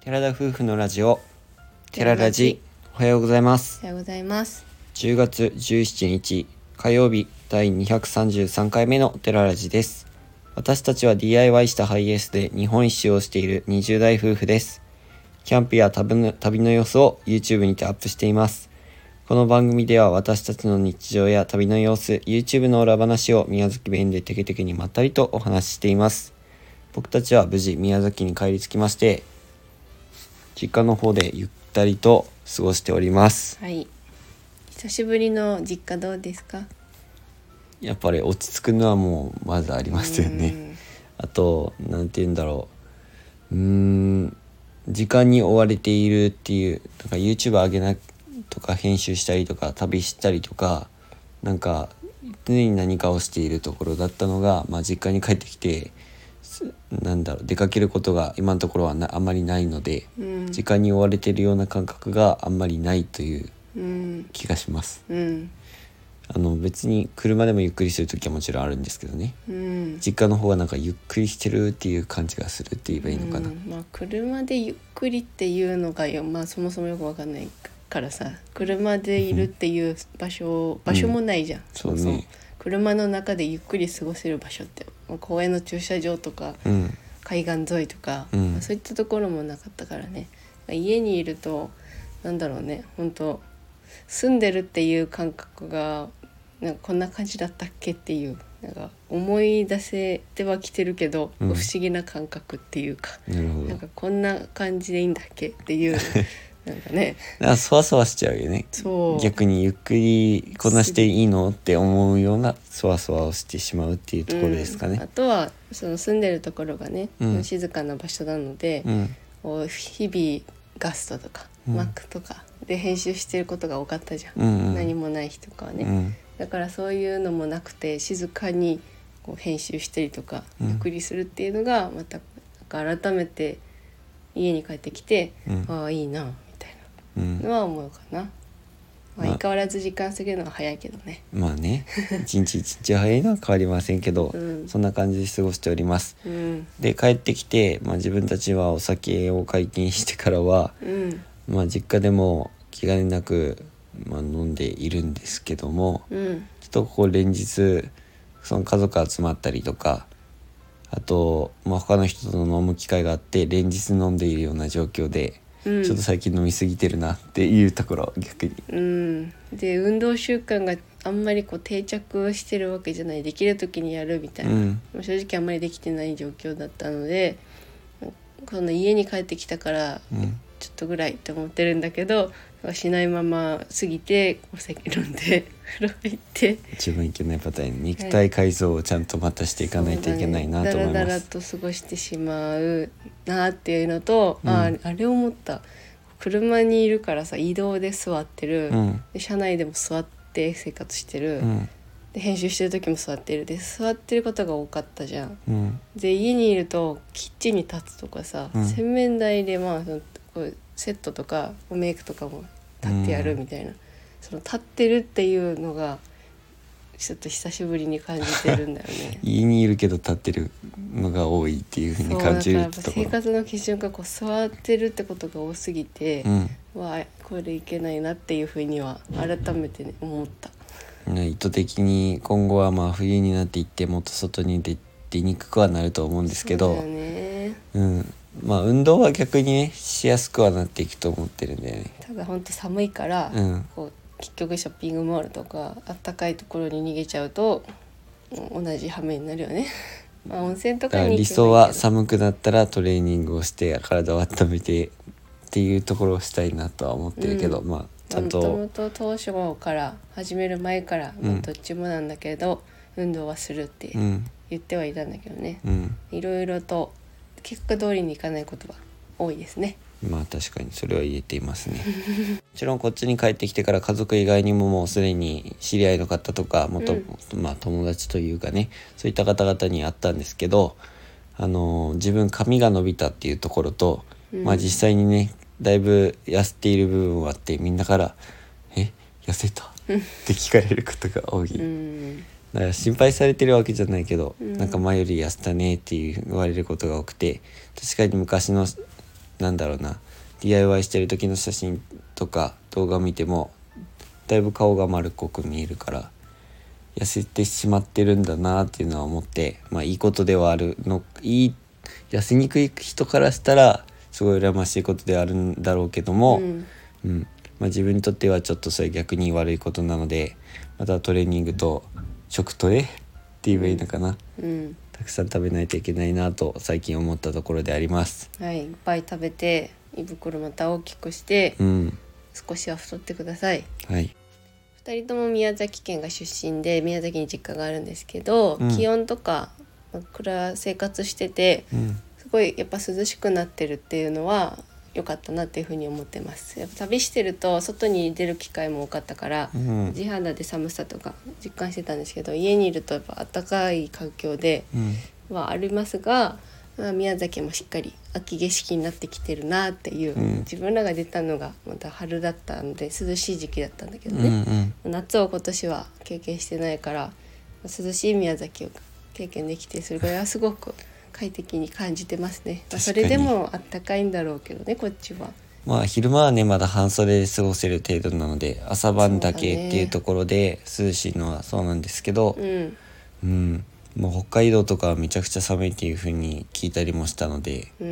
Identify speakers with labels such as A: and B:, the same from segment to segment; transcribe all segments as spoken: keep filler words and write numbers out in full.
A: 寺田夫婦のラジオテララジ。おはようございます。
B: おはようございます。
A: じゅうがつじゅうしちにち火曜日だいにひゃくさんじゅうさんかいめのテララジです。私たちは ディーアイワイ したハイエースで日本一周をしているにじゅうだい夫婦です。キャンプや旅の、旅の様子を YouTube にてアップしています。この番組では私たちの日常や旅の様子、YouTube の裏話を宮崎弁でテケテケにまったりとお話ししています。僕たちは無事宮崎に帰り着きまして、実家の方でゆったりと過ごしております。
B: はい。久しぶりの実家どうですか？
A: やっぱり落ち着くのはもうまずありますよね。あとなんて言うんだろう、うーん時間に追われているっていう、なんか YouTube 上げなとか編集したりとか旅したりとか、なんか常に何かをしているところだったのが、まあ、実家に帰ってきてなんだろう出かけることが今のところはなあんまりないので、
B: うん、
A: 時間に追われているような感覚があんまりないという
B: うん
A: 気がします。
B: うん、
A: あの別に車でもゆっくりする時はもちろんあるんですけどね、
B: うん、
A: 実家の方がなんかゆっくりしてるっていう感じがするって言えばいいのかな、
B: うん、まあ車でゆっくりっていうのがよ、まあそもそもよくわかんないからさ、車でいるっていう場所、うん、場所もないじゃん、うん、
A: そうね。
B: 車の中でゆっくり過ごせる場所って公園の駐車場とか、
A: うん、
B: 海岸沿いとか、
A: うん
B: まあ、そういったところもなかったからね。家にいるとなんだろうね、本当住んでるっていう感覚がなんかこんな感じだったっけっていう、なんか思い出せてはきてるけど、
A: うん、
B: 不思議な感覚っていうか、
A: なるほど。
B: なんかこんな感じでいいんだっけっていうなんかね、
A: なんかそわそわしちゃうよね。
B: そう
A: 逆にゆっくりこなしていいのって思うようなそわそわをしてしまうっていうところですかね、
B: うん、あとはその住んでるところがね、
A: うん、
B: 静かな場所なので、
A: うん、
B: こう日々ガストとか、
A: うん、
B: Mac とかで編集してることが多かったじゃん、
A: うんうん、
B: 何もない日とかはね、
A: うん、
B: だからそういうのもなくて静かにこう編集したりとかゆっくりするっていうのがまたなんか改めて家に帰ってきて、
A: うん、
B: ああいいなみたい
A: うん、
B: なのは思うかな、まあ、
A: まあ
B: 相変わらず時間過ぎるのは早いけどね。
A: まあね一日一日早いのは変わりませんけど、
B: うん、
A: そんな感じで過ごしております、
B: うん、
A: で帰ってきて、まあ、自分たちはお酒を解禁してからは、
B: うん、
A: まあ、実家でも気兼ねなく、まあ、飲んでいるんですけども、
B: うん、
A: ちょっとここ連日その家族集まったりとか、あと、まあ、他の人と飲む機会があって連日飲んでいるような状況で、
B: うん、
A: ちょっと最近飲みすぎてるなっていうところ逆に、
B: うん、で運動習慣があんまりこう定着してるわけじゃない、できる時にやるみたいな、うん、正直あんまりできてない状況だったので、この家に帰ってきたからちょっとぐらいって思ってるんだけど、しないまま過ぎてお酒飲んで風呂入って
A: 自分いけないパターン、肉体改造をちゃんとまたしていかないといけないなと思います。
B: だらだらと過ごしてしまうなっていうのと、うん、あ, あれ思った、車にいるからさ、移動で座ってる、うん、で車内でも座って生活してる、うん、で編集してる時も座ってるで座ってることが多かったじゃん、うん、で家にいるとキッチンに立つとかさ、うん、洗面台でまあこうセットとかメイクとかも立ってやるみたいな、うん、その立ってるっていうのがちょっと久しぶりに感じてるんだよね
A: 家にいるけど立ってるのが多いっていう風に感じるってところ、
B: 生活の基準がこう座ってるってことが多すぎて、うん、わあこれいけないなっていう風には改めて、ね、思った。
A: 意図的に今後はまあ冬になっていってもっと外に出出にくくはなると思うんですけど、
B: そうだよね、
A: うん、まあ運動は逆にねしやすくはなっていくと思ってるんだよね。
B: ただほんと寒いから、うん、こう結局ショッピングモールとかあったかいところに逃げちゃうと同じ羽目になるよねまあ温泉とかに行けばいいけど、
A: 理想は寒くなったらトレーニングをして体を温めてっていうところをしたいなとは思ってるけど、うん、まあちゃんと
B: もともと当初から始める前から、うん、どっちもなんだけど運動はするって言ってはいたんだけどね、うん、いろいろと結果通りにいかないことが多いですね。
A: まあ確かにそれは言えていますねもちろんこっちに帰ってきてから家族以外にももうすでに知り合いの方とかもと、うん、まあ友達というかね、そういった方々に会ったんですけど、あのー、自分髪が伸びたっていうところと、うん、まあ実際にねだいぶ痩せている部分はあって、みんなからえ痩せたって聞かれることが多い、うん、だから心配されてるわけじゃないけど、うん、なんか前より痩せたねっていう言われることが多くて、確かに昔のなんだろうな ディーアイワイ してる時の写真とか動画を見てもだいぶ顔が丸っこく見えるから痩せてしまってるんだなっていうのは思って、まあいいことではあるのいい痩せにくい人からしたらすごい羨ましいことではあるんだろうけども、
B: うん
A: うんまあ、自分にとってはちょっとそれ逆に悪いことなので、またトレーニングと食トレって言えばいいのかな、
B: うん、
A: たくさん食べないといけないなと最近思ったところであります。
B: はい、いっぱい食べて胃袋また大きくして、
A: うん、
B: 少しは太ってください。
A: はい。
B: ふたりとも宮崎県が出身で宮崎に実家があるんですけど、
A: うん、
B: 気温とか暮ら生活してて、
A: うん、
B: すごいやっぱ涼しくなってるっていうのは良かったなっていうふうに思ってます。やっぱ旅してると外に出る機会も多かったから、
A: うん、
B: 地肌で寒さとか実感してたんですけど、家にいるとやっぱ暖かい環境ではありますが、まあ、宮崎もしっかり秋景色になってきてるなっていう、
A: うん、
B: 自分らが出たのがまた春だったんで涼しい時期だったんだけど
A: うん
B: ね、
A: うん、
B: 夏を今年は経験してないから涼しい宮崎を経験できて、それはすごく快適に感じてますね。まあ、それでもあったかいんだろうけどね、こっちは。
A: まあ昼間はねまだ半袖で過ごせる程度なので朝晩だけっていうところで涼しいのはそうなんですけど、
B: うん、
A: うん、もう北海道とかはめちゃくちゃ寒いっていう風に聞いたりもしたので、
B: うん、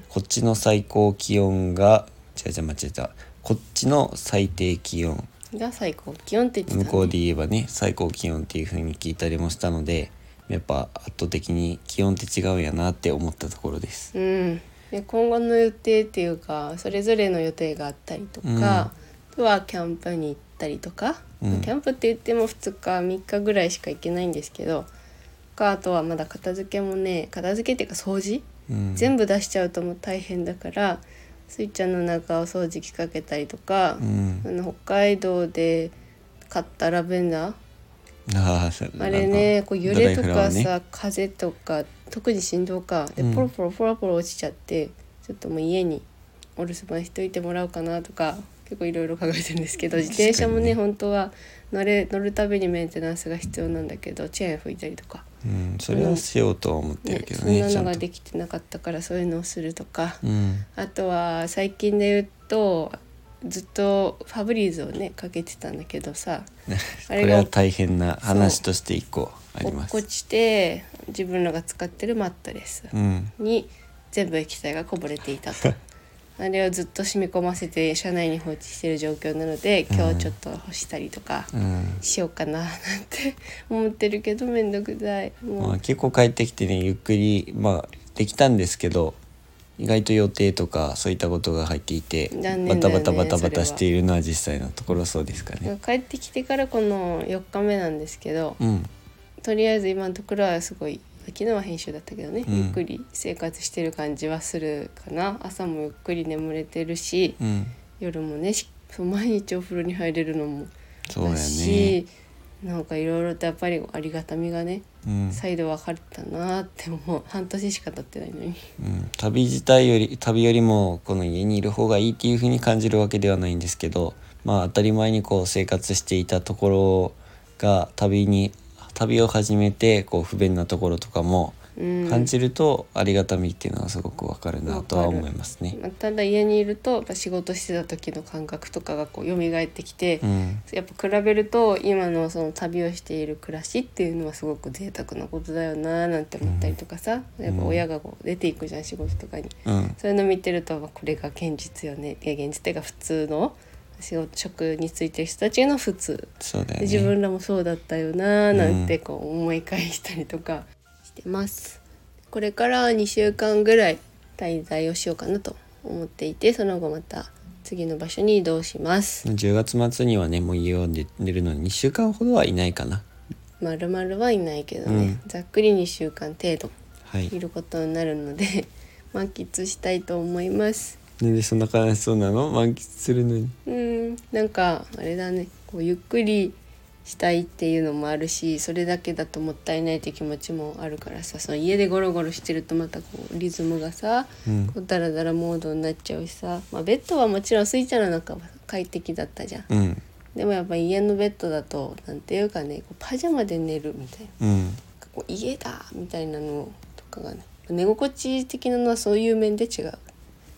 A: こっちの最高気温が違う違う間違えたこっちの最低気温
B: が最高気温って言ってた、ね、
A: 向こうで言えばね最高気温っていう風に聞いたりもしたので、やっぱ圧倒的に気温って違うんやなって思ったところです。
B: うん、で今後の予定っていうかそれぞれの予定があったりとか、うん、あとはキャンプに行ったりとか、うん、キャンプって言ってもふつかみっかぐらいしか行けないんですけど、あとはまだ片付けもね片付けっていうか掃除、うん、全部出しちゃうともう大変だから、スイちゃんの中を掃除機かけたりとか、うん、あの北海道で買ったラベンダー あ, あれねこう揺れとかさ、ね、風とか特に振動かでポロポロポロポロ落ちちゃって、うん、ちょっともう家にお留守番しといてもらおうかなとか結構いろいろ考えてるんですけど、自転車も ね, ね本当は乗れ乗るたびにメンテナンスが必要なんだけどチェーン拭いたりとか、
A: うん、それはしようとは思ってるけどね、
B: ねそんなのができてなかったからそういうのをするとか、
A: うん、
B: あとは最近で言うとずっとファブリーズをねかけてたんだけどさ
A: あれがこれは大変な話として一個あります。
B: 落っこちて自分らが使ってるマットレスに全部液体がこぼれていたと、うん、あれをずっと染み込ませて車内に放置してる状況なので、今日ちょっと干したりとかしようかななんて思ってるけどめんどくさい。もう、
A: まあ、結構帰ってきてねゆっくり、まあ、できたんですけど意外と予定とかそういったことが入っていて、ね、バタバタバタバタしているのは実際のところそうですかね。
B: 帰ってきてからこのよっかめなんですけど、
A: うん、
B: とりあえず今のところはすごい昨日は編集だったけどね、
A: うん、
B: ゆっくり生活してる感じはするかな。朝もゆっくり眠れてるし、うん、夜もね毎日お風呂に入れるのもだし、ね、なんかいろいろとやっぱりありがたみがね、うん、再度分かったなって思う。半年しか経ってないのに、
A: うん、旅自体より旅よりもこの家にいる方がいいっていう風に感じるわけではないんですけど、まあ当たり前にこう生活していたところが旅に旅を始めてこう不便なところとかも感じるとありがたみっていうのはすごくわかるなとは思いますね。
B: まあ、ただ家にいるとやっぱ仕事してた時の感覚とかがこう蘇ってきて、うん、やっぱ比べると今のその旅をしている暮らしっていうのはすごく贅沢なことだよななんて思ったりとかさ、うん、やっぱ親がこう出ていくじゃん仕事とかに、うん、そういうの見てるとこれが現実よね。いや現実っていうか普通の仕事職に就いてる人たちの普通
A: そうだよね、
B: 自分らもそうだったよななんてこう思い返したりとかしてます。これからにしゅうかんぐらい滞在をしようかなと思っていて、その後また次の場所に移動します。
A: じゅうがつ末にはねもう家を出るのににしゅうかんほどはいないかな。
B: まるまるはいないけどね、うん、ざっくりにしゅうかん程度いることになるので、はい、満喫したいと思います。
A: なんでそんな悲しそうなの？満喫するのに。
B: うんなんかあれだね、こうゆっくりしたいっていうのもあるし、それだけだともったいないっていう気持ちもあるからさ、その家でゴロゴロしてるとまたこうリズムがさ、うん、こうダラダラモードになっちゃうしさ、まあ、ベッドはもちろんスイちゃんの中は快適だったじゃん、うん、でもやっぱ家のベッドだとなんていうかね、こうパジャマで寝るみたいな、うん、こう家だみたいなのとかがね、寝心地的なのはそういう面で違う。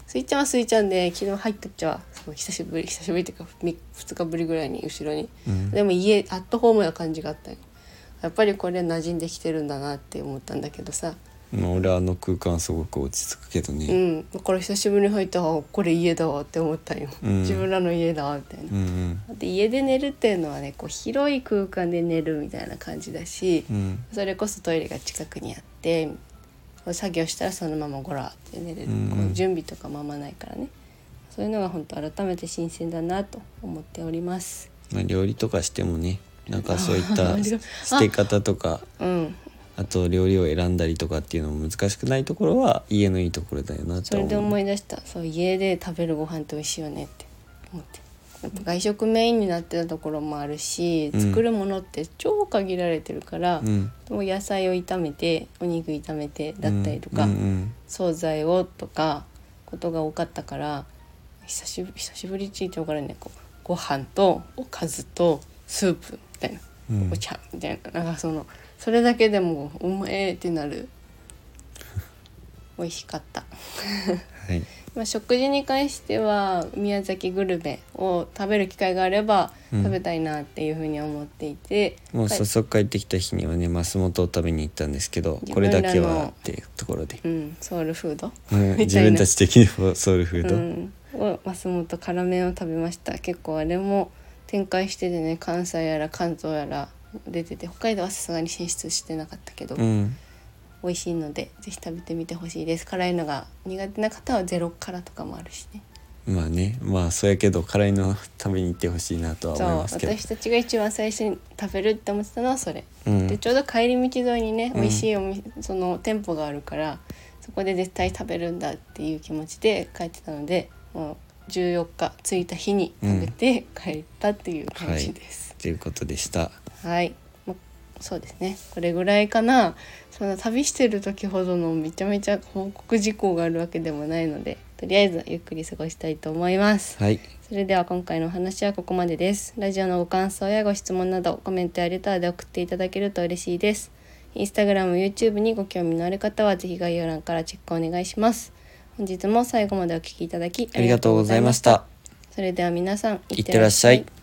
B: スイちゃんはスイちゃんで昨日入ったっちゃはそう久しぶり久しぶりっていうかふつかぶりぐらいに後ろに、うん、でも家アットホームな感じがあったよ。やっぱりこれ馴染んできてるんだなって思ったんだけどさ。
A: 俺あの空間すごく落ち着くけどね。
B: うん、これ久しぶりに入ったらこれ家だわって思ったよ、うん、自分らの家だわみたいな、うんうん、で家で寝るっていうのはねこう広い空間で寝るみたいな感じだし、うん、それこそトイレが近くにあって作業したらそのままゴラって寝れる、うんうん、こう準備とかもあんまないからね。そういうのが本当改めて新鮮だなと思っております。
A: まあ、料理とかしてもねなんかそういった捨て方とかあ,、うん、あと料理を選んだりとかっていうのも難しくないところは家のいいところだよなと思う。
B: それで思い出した。そう家で食べるご飯って美味しいよねって思って、やっぱ外食メインになってたところもあるし、うん、作るものって超限られてるから、うん、もう野菜を炒めてお肉炒めてだったりとか、うんうんうん、惣菜をとかことが多かったから久しぶり久しぶりって言って分からんね、こうご飯とおかずとスープみたいな、うん、お茶みたいな、なんかそのそれだけでもうまえってなる美味しかったはい、まあ、食事に関しては宮崎グルメを食べる機会があれば食べたいなっていうふうに思っていて、
A: うん、もう早速帰ってきた日にはねマスモトを食べに行ったんですけど、これだけはっていうところで、
B: うん、ソウルフード、
A: うん、自分たち的にもソウルフード、
B: うんをマスモト辛麺を食べました。結構あれも展開しててね、関西やら関東やら出てて、北海道はさすがに進出してなかったけど、うん、美味しいのでぜひ食べてみてほしいです。辛いのが苦手な方はゼロ辛とかもあるしね。
A: まあね、まあそうやけど辛いの食べに行ってほしいなとは思いますけど、
B: 私たちが一番最初に食べるって思ってたのはそれ、うん、でちょうど帰り道沿いにね美味しいお店、うん、その店舗があるからそこで絶対食べるんだっていう気持ちで帰ってたので、もうじゅうよっか着いた日に食べて帰ったっていう感じです、
A: うん、はい、ということでした。
B: はい、ま、そうですね、これぐらいかな。その旅してる時ほどのめちゃめちゃ報告事項があるわけでもないので、とりあえずゆっくり過ごしたいと思います、
A: はい、
B: それでは今回のお話はここまでです。ラジオのご感想やご質問などコメントやレターで送っていただけると嬉しいです。インスタグラム、YouTube にご興味のある方はぜひ概要欄からチェックお願いします。本日も最後までお聞きいただきありがとうございました。それでは皆さん
A: いってらっしゃい。